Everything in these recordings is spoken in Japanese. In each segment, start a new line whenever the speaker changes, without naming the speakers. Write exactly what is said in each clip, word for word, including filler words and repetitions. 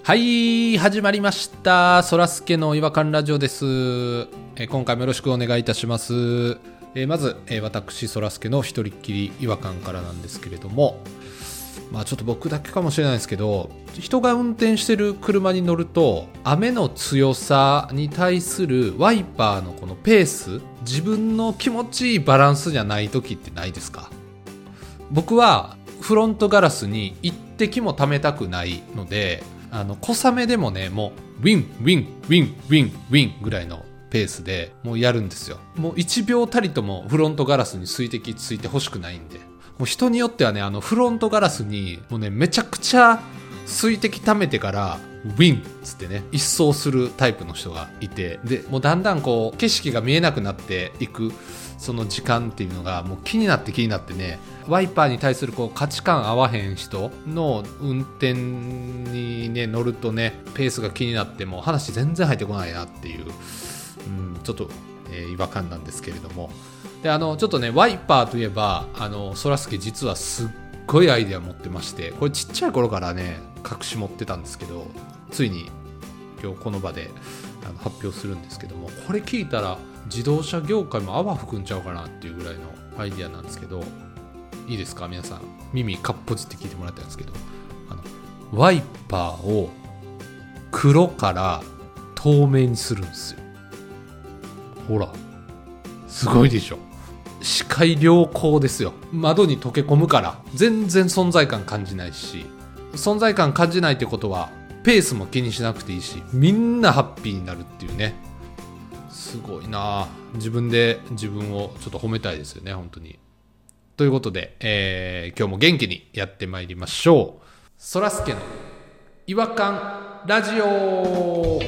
はい、始まりました。そらすけの違和感ラジオです。え今回もよろしくお願いいたします。えまず、え私そらすけの一人っきり違和感からなんですけれども、まあちょっと僕だけかもしれないですけど、人が運転してる車に乗ると雨の強さに対するワイパーのこのペース、自分の気持ちいいバランスじゃない時ってないですか？僕はフロントガラスに一滴も溜めたくないので、あの小雨でもね、もうウィンウィンウィンウィンウィンぐらいのペースでもうやるんですよ。もういちびょうたりともフロントガラスに水滴ついてほしくないんで、もう人によってはね、あのフロントガラスにもうねめちゃくちゃ水滴溜めてからウィンっつってね一掃するタイプの人がいて、でもうだんだんこう景色が見えなくなっていくその時間っていうのがもう気になって気になってね、ワイパーに対するこう価値観合わへん人の運転にね乗るとね、ペースが気になってもう話全然入ってこないなっていう、うん、ちょっと、えー、違和感なんですけれども、であのちょっとねワイパーといえばあのそらすけ実はすっごいアイデア持ってまして、これちっちゃい頃からね隠し持ってたんですけど、ついに今日この場であの発表するんですけども、これ聞いたら自動車業界も泡吹くんちゃうかなっていうぐらいのアイデアなんですけど、いいですか皆さん、耳かっぽじって聞いてもらいたいんですけど、あのワイパーを黒から透明にするんですよ。ほらすごいでしょ。視界良好ですよ。窓に溶け込むから全然存在感感じないし、存在感感じないってことはペースも気にしなくていいし、みんなハッピーになるっていうね。すごいな。自分で自分をちょっと褒めたいですよね本当に。ということで、えー、今日も元気にやってまいりましょう。そらすけの違和感ラジオ。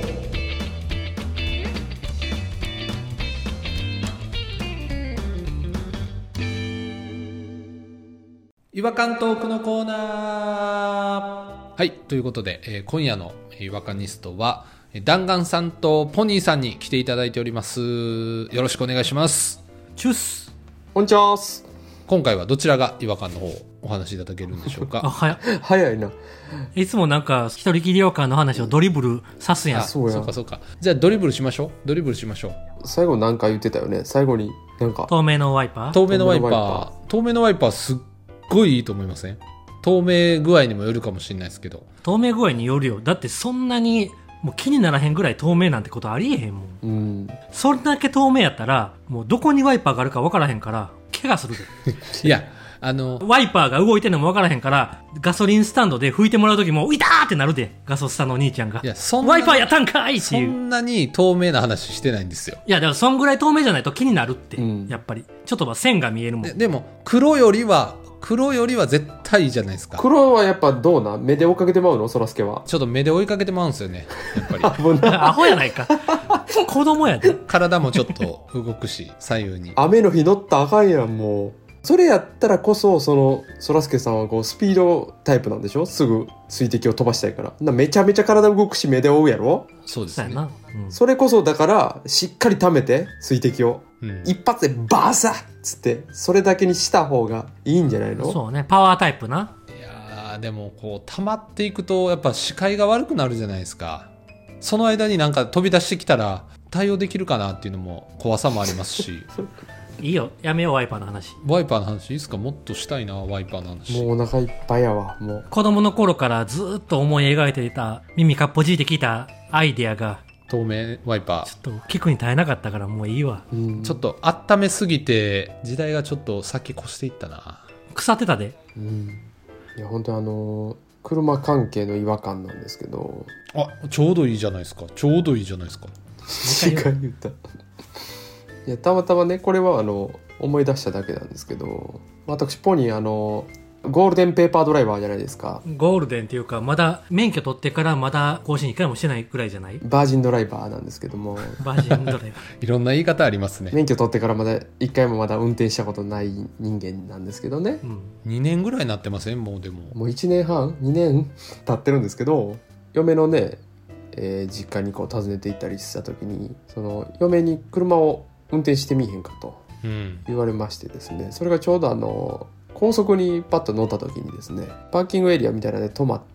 違和感トークのコーナー。はい、ということで、えー、今夜の違和感ニストは弾丸さんとポニーさんに来ていただいております。よろしくお願いします。
チュッス。
こんにちは。
今回はどちらが違和感の方をお話しいただけるんでしょうか？
あ、早
早いな。
いつもなんか一人きり違和感の話をドリブルさすやん。
あ、そうや。そうかそうか。じゃあドリブルしましょう。ドリブルしましょう。
最後なんか言ってたよね。最後になんか
透明のワイパー。
透明のワイパー。透明のワイパーすっごいいいと思いません？透明具合にもよるかもしれないですけど。
透明具合によるよ。だってそんなにもう気にならへんぐらい透明なんてことありえへんもん。
うん。
それだけ透明やったらもうどこにワイパーがあるか分からへんから怪我するで。
いや。あの
ワイパーが動いてるのも分からへんからガソリンスタンドで拭いてもらう時もういたーってなるで、ガソスタのお兄ちゃんが。
いや、そんな
ワイパーやったんかいっていう。
そんなに透明な話してないんですよ。
いやだからそんぐらい透明じゃないと気になるって、
うん、
やっぱりちょっとは線が見えるもん。
で, でも黒よりは黒よりは絶対いいじゃないですか。
黒はやっぱどうな、目で追いかけてまうのそらすけは。
ちょっと目で追いかけてまうんですよねやっぱり。
危ない。
アホやないか子供やで。
体もちょっと動くし左右に。
雨の日乗ったらあかんやん。もうそれやったらこそ、そのそらすけさんはこうスピードタイプなんでしょ。すぐ水滴を飛ばしたいから。なめちゃめちゃ体動くし目で追うやろ。
そうですね。
そうやな、うん、
それこそだからしっかり溜めて水滴を、うん、一発でバサッつってそれだけにした方がいいんじゃないの。
そうね、パワータイプな。
いやでもこう溜まっていくとやっぱ視界が悪くなるじゃないですか。その間になんか飛び出してきたら対応できるかなっていうのも怖さもありますし
いいよ、やめようワイパーの話。
ワイパーの話いいですか？もっとしたいなワイパーの話。
もうお腹いっぱいやわ。もう
子供の頃からずっと思い描いていた、耳かっぽじいて聞いたアイデアが
透明ワイパー
ちょっと聞くに耐えなかったからもういいわ、
うん、
ちょっと温めすぎて時代がちょっと先越していったな。
腐ってたで、
うん、いや本当あの車関係の違和感なんですけど。
あ、ちょうどいいじゃないですか。ちょうどいいじゃないですか。
違う言ったいやたまたまね、これはあの思い出しただけなんですけど、私ポニーあのゴールデンペーパードライバーじゃないですか。
ゴールデンっていうかまだ免許取ってからまだ更新いっかいもしてないぐらいじゃない？
バージンドライバーなんですけども
バージンドライバー
いろんな言い方ありますね。
免許取ってからまだいっかいもまだ運転したことない人間なんですけどね、
うん、
にねんぐらいになってません？もうでも
もういちねんはんにねん経ってるんですけど、嫁のね、えー、実家にこう訪ねて行ったりした時に、その嫁に車を運転してみへんかと言われましてですね、それがちょうどあの高速にパッと乗った時にですね、パーキングエリアみたいなので止まって、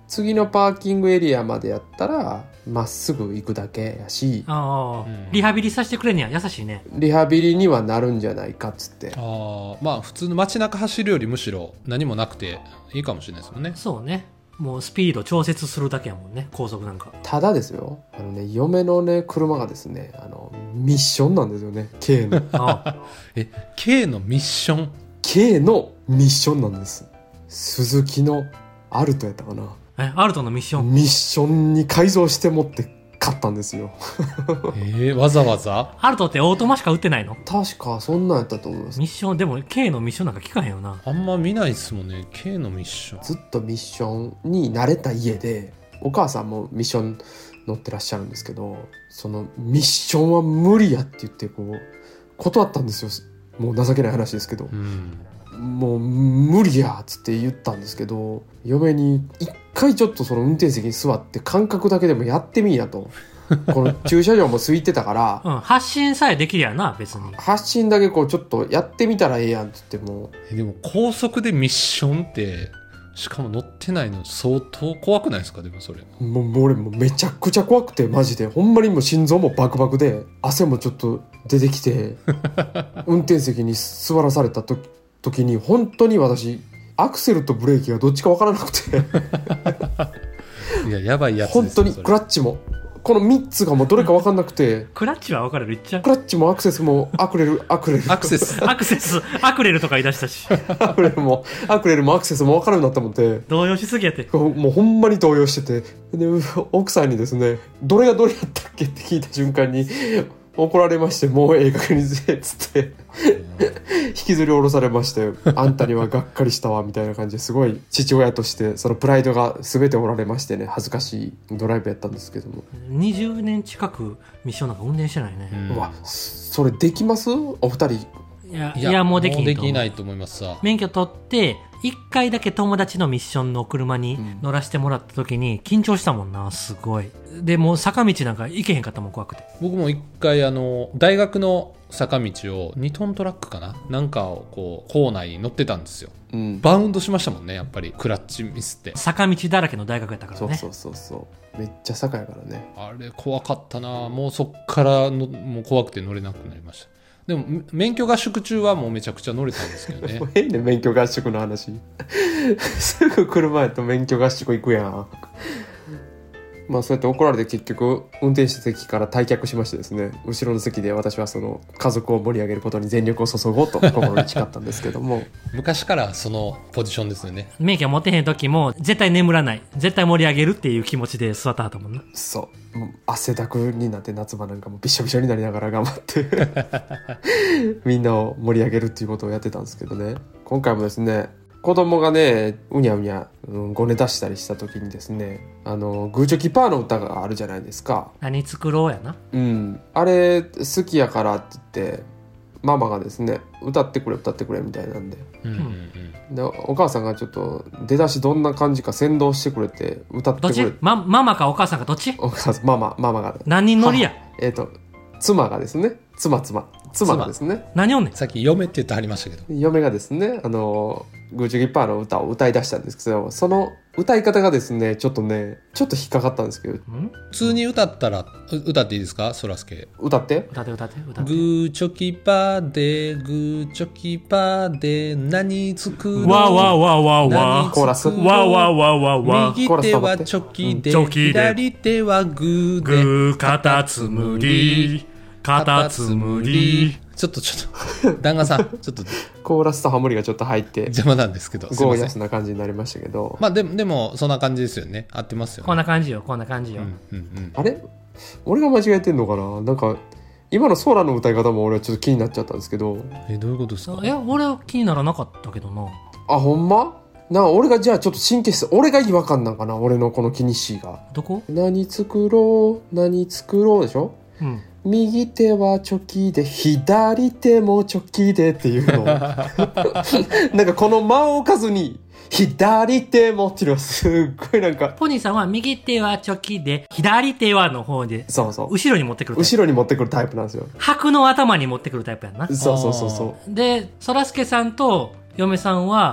次のパーキングエリアまでやったらまっすぐ行くだけやし、
ああ、
うん、
リハビリさせてくれんには優しいね。
リハビリにはなるんじゃないかっつって。
ああ、まあ普通の街中走るよりむしろ何もなくていいかもしれないですもんね。
そうね、もうスピード調節するだけやもんね、高速なんか。
ただですよ、あのね、嫁のね車がですね、あのミッションなんですよね。 K の
あ
え K のミッション
K のミッションなんです。鈴木のアルトやったかな。
えアルトのミッション
ミッションに改造して持って買ったんですよ
えー、わざわざ
アルトってオートマしか売ってないの？
確かそんなんやったと思います。
ミッションでも K のミッションなんか聞かへんよな。
あんま見ないですもんね K のミッション。
ずっとミッションに慣れた家で、お母さんもミッション乗ってらっしゃるんですけど、そのミッションは無理やって言ってこう断ったんですよ。もう情けない話ですけど、
うん、
もう無理やっつって言ったんですけど、嫁に一回ちょっとその運転席に座って感覚だけでもやってみいやとこの駐車場も空いてたから、
うん、発進さえできりゃな、別に
発進だけこうちょっとやってみたらええやんって言っても、
えでも高速でミッションってしかも乗ってないの相当怖くないですか？でもそれ
もうもう俺もうめちゃくちゃ怖くて、マジでほんまにもう心臓もバクバクで汗もちょっと出てきて運転席に座らされた時時に本当に私アクセルとブレーキがどっちか分からなくて
いややばいやつですよ。
本当にクラッチもこのみっつがもうどれか分かんなくて
クラッチは分かれる、いっちゃう
クラッチもアクセスもアクレルアクレル
アクセス
アクセスアクレルとか言い出したし
アクレルもアクレルもアクセスも分かるようになったもんで、
動揺しすぎやって。
もうほんまに動揺してて、で奥さんにですね、どれがどれやったっけって聞いた瞬間に怒られまして、もうええ加減にせえっつって引きずり下ろされまして、あんたにはがっかりしたわみたいな感じで、すごい父親としてそのプライドが全ておられましてね、恥ずかしいドライブやったんですけども、
にじゅうねん近くミッションなんか運転してないね、
うん、
うわそれできます？お二人。
いや
いや
いやもうできんと思う。
もうできないと思いますさ。
免許取っていっかいだけ友達のミッションの車に乗らせてもらった時に緊張したもんな、すごい。でもう坂道なんか行けへんかったもん、怖くて。
僕も一回あの大学の坂道をにトントラックかななんかをこう構内に乗ってたんですよ、うん、バウンドしましたもんね、やっぱりクラッチミスって。
坂道だらけの大学やったからね。
そうそうそうそう、めっちゃ坂やからね。
あれ怖かったな。もうそっからのもう怖くて乗れなくなりました。でも免許合宿中はもうめちゃくちゃ乗れたんですけどね
変ね、免許合宿の話すぐ車やと免許合宿行くやんまあそうやって怒られて結局運転手席から退却しましてですね、後ろの席で私はその家族を盛り上げることに全力を注ごうと心に誓ったんですけども
昔からそのポジションですよね。
免許持ってへん時も絶対眠らない、絶対盛り上げるっていう気持ちで座ったはったもんな。
そうもう汗だくになって夏場なんかもびしょびしょになりながら頑張ってみんなを盛り上げるっていうことをやってたんですけどね、今回もですね子供がねうにゃうにゃ、うん、ごね出したりした時にですね、あのグーチョキパーの歌があるじゃないですか。
何作ろうやな。
うんあれ好きやからって言ってママがですね歌ってくれ歌ってくれみたいなんで、うんうんうん、でお母さんがちょっと出だしどんな感じか先導してくれて歌ってくれ。
どっち、ま、ママかお母さんかどっち？
お母さんママママが
何人乗りや。
えっ、ー、と妻がですね妻妻妻がですね、
何をね
さっき嫁って言ってはりましたけど、
嫁がですねあのグーチョキパーの歌を歌い出したんですけど、その歌い方がですねちょっとねちょっと引っかかったんですけど、
普通に歌ったら歌っていいですか？そらすけ
歌って
歌って歌って歌って。
グーチョキパーでグーチョキパーで何作ろう
わわわわわ
コーラス
わわわわわ
右手はチョキで左手はグーで
グーカタツムリカタツムリ。
ちょっとちょっと旦那さんちょっと
コーラスとハモリがちょっと入って
邪魔なんですけど、
ゴーヤスな感じになりましたけど、
まあでもでもそんな感じですよね。合ってますよね。
こんな感じよこんな感じよ、
うんうんうん、
あれ俺が間違えてんのかな。なんか今のソーラの歌い方も俺はちょっと気になっちゃったんですけど。
えどういうことですか？
いや俺は気にならなかったけどな。
あほんまなあ、俺がじゃあちょっと神経質、俺が違和感なんかな、俺のこの気にしいが。
どこ？
何作ろう何作ろうでしょ、うん、右手はチョキで左手もチョキでっていうのなんかこの間を置かずに左手もっていうのはすっごいなんか、
ポニーさんは右手はチョキで左手はの方で、
そうそう
後ろに持ってくるタイプ、
後ろに持ってくるタイプなんですよ。
白の頭に持ってくるタイプやんな。
そうそうそうそう。
でそらすけさんと嫁さんは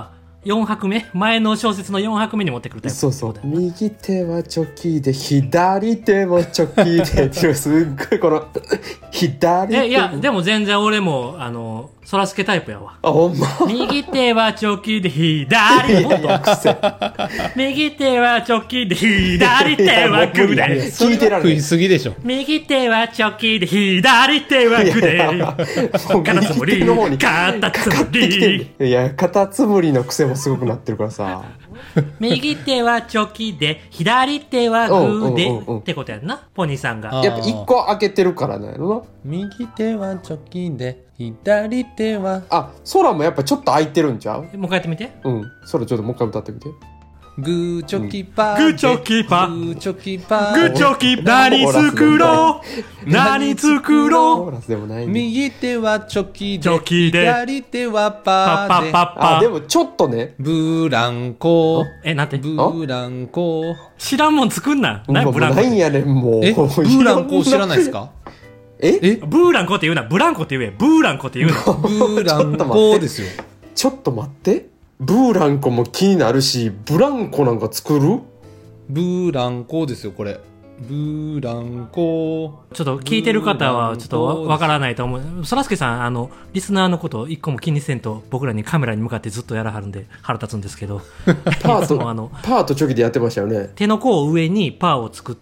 よん拍目前の小説のよん拍目に持ってくるタイプ。
そうそう。右手はチョキで、左手もチョキでっていう、すっごいこの、左手。
え、いや、でも全然俺も、あの、そらすけタイプやわ。
あ、ほんま。
右手はチョキで、左手は癖。右手はチョキで、左手はグーで。
聞いてられ
食いすぎでしょ。
右手はチョキで、左手はグーで。カタツムリ、カタツムリ。
いや、カタツムリの癖もすごくなってるからさ。
右手はチョキで、左手はグーで、
うんうんうんうん
ってことやんな、ポニーさんが。
あ
やっぱ一個開けてるからなんやろな。
右手はチョキで、左手は。
あ、空もやっぱちょっと開いてるんちゃう？
もう一回やってみて。
うん。空ちょっともう一回歌ってみて。
グーチョキパー、
グーチョキパー
グーチョキパー、
グーチョキ、何作ろう何作
コ
ろう
ーラスでもないね。
右手はチョキで、
チョキで
左手はパーで、
パッパッパッパ。
あ、でもちょっとね。
ブランコ、
え、なんて
ブランコ。
知らんもん作んな。
もう
何ブランコ
ないんやねん、もう。
え、ブーランコ知らないですか？
え
え、
ブーランコって言うな。ブランコって言え。ブーランコって言うな。
ブーランコですよ。
ちょっと待って。ブーランコも気になるし、ブランコなんか作る？
ブーランコですよ、これ。ブーランコ。
ちょっと聞いてる方はちょっとわわからないと思う。そらすけさん、あの、リスナーのこと一個も気にせんと僕らにカメラに向かってずっとやらはるんで腹立つんですけど。
パー
いつもあの
と、パーとチョキでやってましたよね。
手の甲を上にパーを作って、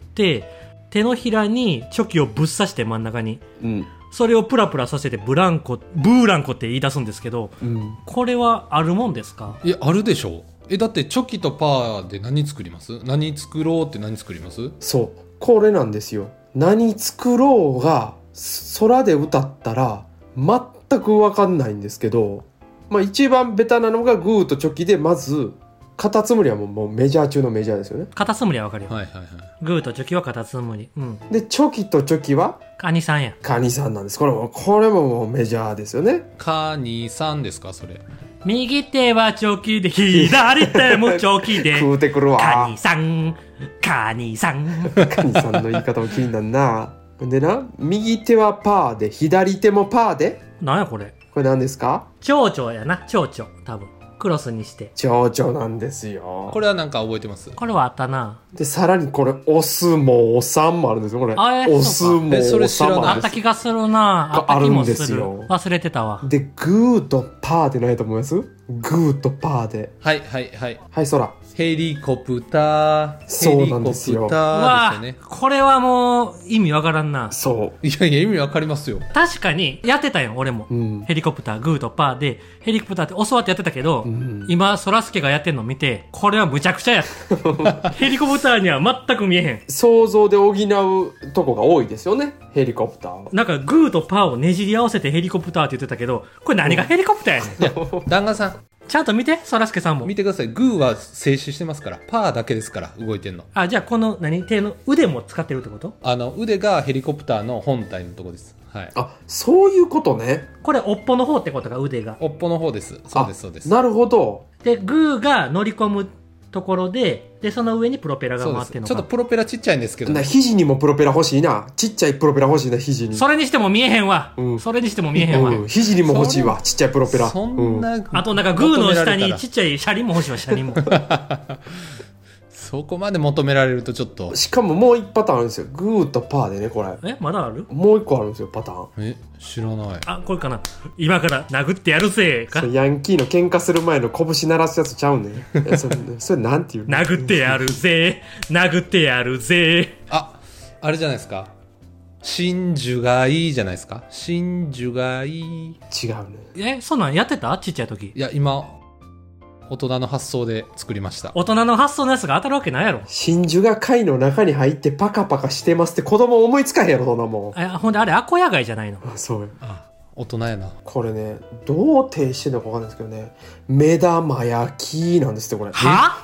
手のひらにチョキをぶっ刺して真ん中に。
うん。
それをプラプラさせてブランコ、ブーランコって言い出すんですけど、
うん。
これはあるもんですか？
いや、あるでしょ。え、だってチョキとパーで何作ります？何作ろうって何作ります？
そう。これなんですよ。何作ろうが、空で歌ったら、全くわかんないんですけど、まあ一番ベタなのがグーとチョキで、まず、カタツムリはもうもうメジャー中のメジャーですよね。
カタツムリはわかるよ。
はいはいはい。
グーとチョキはカタツムリ。うん。
で、チョキとチョキは
カニさんや。
カニさんなんです。これも、これももうメジャーですよね。
カニさんですか、それ。
右手はチョキで、左手もチョキで。
食うてくるわ。
カニさん、カニさん。
カニさんの言い方も気になるな。でな、右手はパーで、左手もパーで。
なんやこれ。
これ何ですか？
蝶々やな、蝶々。多分。クロスにして。
蝶々なんですよ。
これはなんか覚えてます？
これはあったな。
で、さらにこれ、オスもオサンもあるんですよ、これ。
あえ
オスも
えそれ
オサンも
あ
あるんです。
った気がするな。あった気もする。
あるんですよ
忘れてたわ。
で、グーとパーでないと思います？グーとパーで。
はいはいはい。
はい、空。
ヘリコプター。
そうなんですよ
ヘリコプター
うわ
ですよね。
これはもう意味わからんな。
そう。
いやいや、意味わかりますよ。
確かにやってたよ、俺も。
うん。
ヘリコプター、グーとパーで、ヘリコプターって教わってやってたけど、
うん
今、そらすけがやってんの見て、これはむちゃくちゃや。ヘリコプターには全く見えへん。
想像で補うとこが多いですよね、ヘリコプター。
なんか、グーとパーをねじり合わせてヘリコプターって言ってたけど、これ何がヘリコプターやねん。
いや、弾丸さん、
ちゃんと見て、そらすけさんも。
見てください。グーは静止してますから、パーだけですから、動いてんの。
あ、じゃあこの、何手の腕も使ってるってこと？
あの、腕がヘリコプターの本体のとこです。はい。
あ、そういうことね。
これ、おっぽの方ってことが腕が。
おっぽの方です。そうです、そうです。
なるほど。
で、グーが乗り込むところで、で、その上にプロペラが
そうです。
回ってんのか。
ちょっとプロペラちっちゃいんですけど、
な、肘にもプロペラ欲しいな。ちっちゃいプロペラ欲しいな、肘に。
それにしても見えへんわ。
うん
それにしても見えへんわ。
うん、肘にも欲しいわ、ちっちゃいプロペラ。
そんな、
あとなんかグーの下
求められたら
にちっちゃい車輪も欲しいわ、車輪も。
そこまで求められるとちょっと。
しかももう一パターンあるんですよ。グーとパーでね、これ。
え、まだある？
もう一個あるんですよ、パターン。
え、知らない。
あ、これかな。今から殴ってやるぜか
そ。れヤンキーの喧嘩する前の拳鳴らすやつちゃうねん。えそれ、それなんていうの？
殴ってやるぜ。殴ってやるぜ。
あ、あれじゃないですか。真珠がいいじゃないですか。真珠がいい。
違うね。
え、そんなんやってた？ちっちゃい時。
いや、今、大人の発想で作りました。
大人の発想のやつが当たるわけないやろ。
真珠が貝の中に入ってパカパカしてますって子供思いつかへんやろ、そんなもん。
え、ほんであれ、アコヤ貝じゃないの。
あ、そうよ。
あ、大人やな。
これね、どう定してんのかわかんないですけどね、目玉焼きなんですって、これ。
は？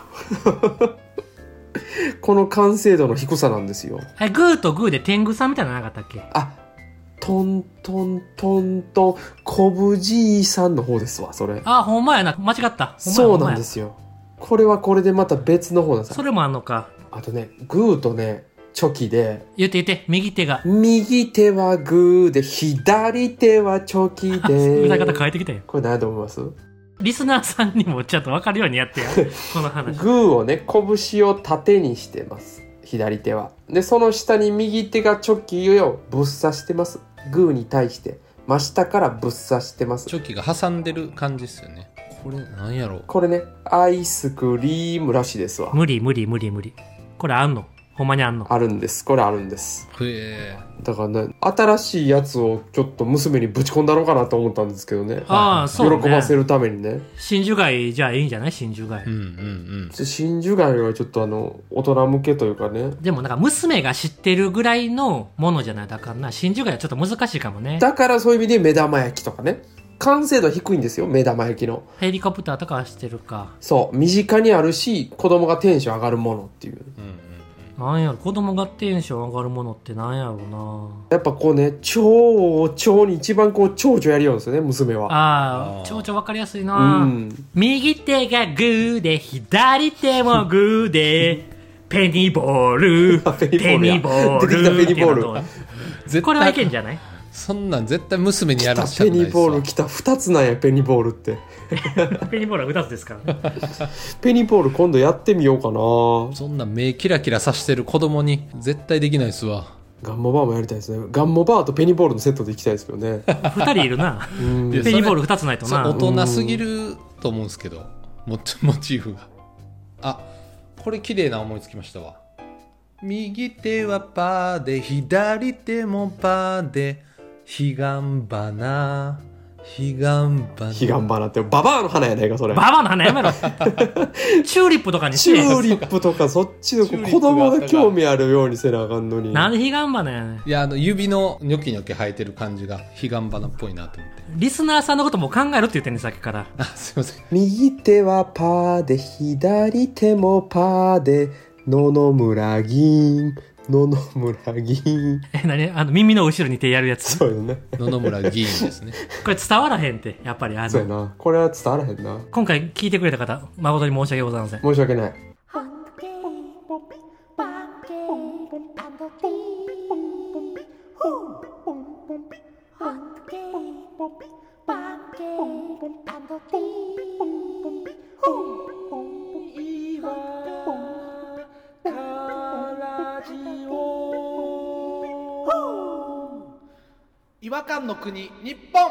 この完成度の低さなんですよ。
え、グーとグーで天狗さんみたいなのなかったっけ？
あ、トントントントン、こぶじいさんの方ですわ、それ。
あ、ほんまやな。間違った。ほんまや
そうなんですよ。これはこれでまた別の方なんですよ。
それもあんのか。
あとね、グーとね、チョキで、
言って言って、右手が。
右手はグーで、左手はチョキで。
歌い方変えてきたよ。
これ何だと思います？
リスナーさんにもちゃんと分かるようにやってやこの話。
グーをね、拳を縦にしてます。左手は。で、その下に右手がチョキをぶっ刺してます。グーに対して真下からぶっ刺してます。
チョキが挟んでる感じですよね。これなんやろ。
これね、アイスクリームらしいですわ。
無理無理無理無理。これあんの？ほんまにあんの？
あるんです。これあるんです。
へえ。
だからね、新しいやつをちょっと娘にぶち込んだろうかなと思ったんですけどね。
ああ、そうね。
喜ばせるためにね。
真珠貝じゃあいいんじゃない？真珠貝。
うんうんうん。
真珠貝はちょっとあの、大人向けというかね。
でもなんか娘が知ってるぐらいのものじゃないだからな。真珠貝はちょっと難しいかもね。
だからそういう意味で目玉焼きとかね。完成度は低いんですよ、目玉焼きの。
ヘリコプターとかは知ってるか。
そう、身近にあるし、子供がテンション上がるものっていう。うん
なんやろ、子供がテンション上がるものってなんやろうな。
やっぱこうね、蝶を蝶に一番こう蝶々やりようんですよね、娘は。
ああ、蝶々わかりやすいな、
うん、
右手がグーで左手もグーでペニボールペニボール
出てきたペニボール
絶対
これはいけんじゃない？
そんなん絶対娘にやらせたく
ペ
ないですわ。
ニボール来たふたつなんや、ペニボールって
ペニボールはふたつですからね
ペニボール今度やってみようかな。
そんな目キラキラさしてる子供に絶対できないですわ。
ガンモバーもやりたいですね。ガンモバーとペニボールのセットでいきたいですけどね
ふたりいるなペニボールふたつないとな。
大人すぎると思うんですけど、モチーフが。あ、これ綺麗な思いつきましたわ。右手はパーで左手もパーで彼岸花彼岸花
彼岸花ってババアの花やないかそれ。
ババアの花やめろチューリップとかに
チ
して
ューリップとかそっちの子供が興味あるようにせなあかんのに。
なんで彼岸花やねん。
いや、あの指のニョキニョキ生えてる感じが彼岸花っぽいなと思って。
リスナーさんのことも考えるって言ってんねさっきから。
あ、すいません。
右手はパーで左手もパーで野々村銀野々村銀。
え、何？あの耳の後ろに手やるやつ。
そうよね。
野々村議員ですね。
これ伝わらへんってやっぱりあの。
そうやな。これは伝わらへんな。
今回聞いてくれた方誠に申し訳ございません。
申し訳ない。
違和感の国日本。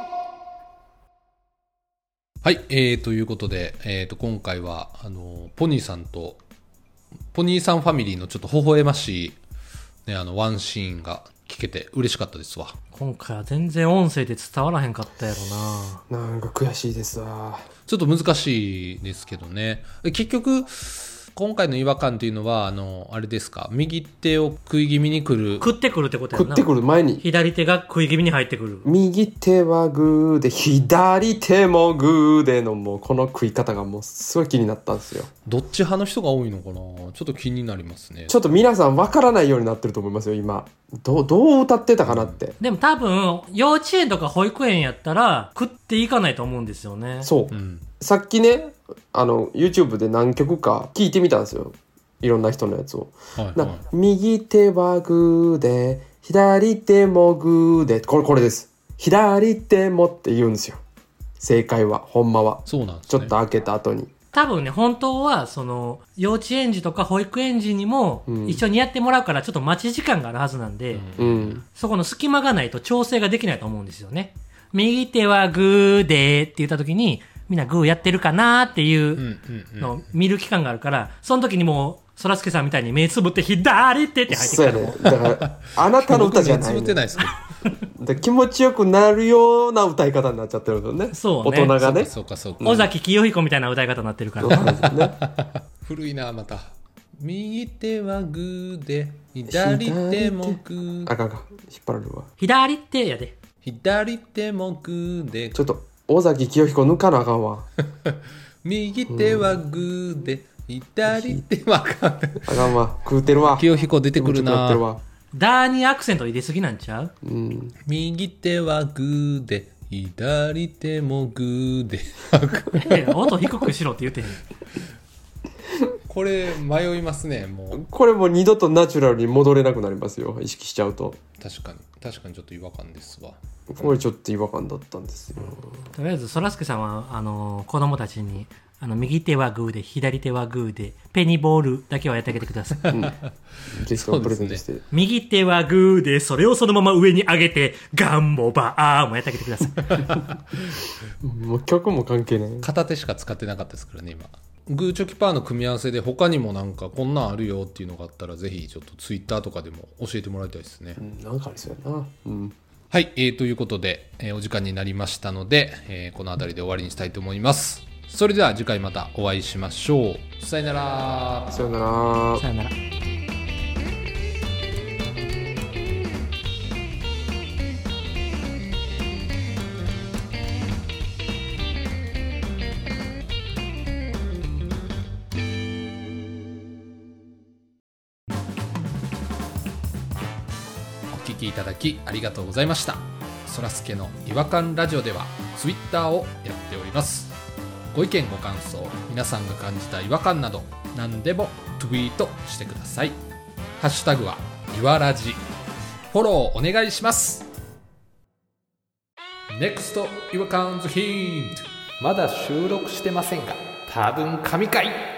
はい、えー、ということで、えー、と今回はあのポニーさんとポニーさんファミリーのちょっと微笑ましい、ね、あのワンシーンが聞けて嬉しかったですわ。
今回は全然音声で伝わらへんかったやろ
な。なんか悔しいですわ。
ちょっと難しいですけどね。結局今回の違和感っていうのはあのあれですか、右手を食い気味にくる、
食ってくるってことやな。
食ってくる前に
左手が食い気味に入ってくる。
右手はグーで左手もグーでのもうこの食い方がもうすごい気になったんですよ。
どっち派の人が多いのかな、ちょっと気になりますね。
ちょっと皆さん分からないようになってると思いますよ今。どうどう歌ってたかなって。
でも多分幼稚園とか保育園やったら食っていかないと思うんですよね。
そう、
うん、
さっきねあの YouTube で何曲か聞いてみたんですよ、いろんな人のやつを、
はいはい、
な右手はグーで左手もグーで、これこれです。左手もって言うんですよ正解は。ほんまは
そうなんですね。
ちょっと開けた後に
多分ね、本当はその幼稚園児とか保育園児にも一緒にやってもらうからちょっと待ち時間があるはずなんで、
うん、の
そこの隙間がないと調整ができないと思うんですよね。右手はグーでって言った時にみんなグーやってるかなっていうのを見る期間があるから、その時にもうそらすけさんみたいに目つぶって左手って入ってきたらもう、
そうやね、だからあなたの歌じゃない、ね、
僕目つぶってないですけど
気持ちよくなるような歌い方になっちゃってるんですよね。
そうね、
大人がね、
そうかそうかそうか、
尾崎清彦みたいな歌い方になってるから
ね、
古いなまた。右手はグーで左手もグー、
あかんか引っ張られるわ。
左手やで、
左手もグーで、
ちょっと尾崎清彦抜かなあかんわ
右手はグーで、うん、左手はあかん
あかんわ、食うてるわ。
清彦出てくるな。
ダーにアクセント入れすぎなんちゃう、
うん、
右手はグーで左手もグーで
音低くしろって言ってへん
これ迷いますね。もう
これもう二度とナチュラルに戻れなくなりますよ、意識しちゃうと。
確かに確かにちょっと違和感ですわ。
これちょっと違和感だったんですよ。
とりあえずそらすけさんはあの子供たちにあの右手はグーで左手はグーでペニボールだけはやってあげてください、うん、
ぜひともプレゼントして、ね、
右手はグーでそれをそのまま上に上げてガンモバーもやってあげてください
もう曲も関係ない。
片手しか使ってなかったですからね今。グーチョキパーの組み合わせで他にもなんかこんなんあるよっていうのがあったらぜひちょっとツイッターとかでも教えてもらいたいですね、
うん、なんかありそうやな、うん、
はい、えー、ということで、えー、お時間になりましたので、えー、この辺りで終わりにしたいと思います。それでは次回またお会いしましょう。さよなら。
さよなら。
さよなら。
お聞きいただきありがとうございました。そらすけの違和感ラジオではツイッターをやっております。ご意見ご感想、皆さんが感じた違和感など何でもツイートしてください。ハッシュタグはいわらじ。フォローお願いします。 ネクスト 違和感ズヒント。まだ収録してませんが多分神回。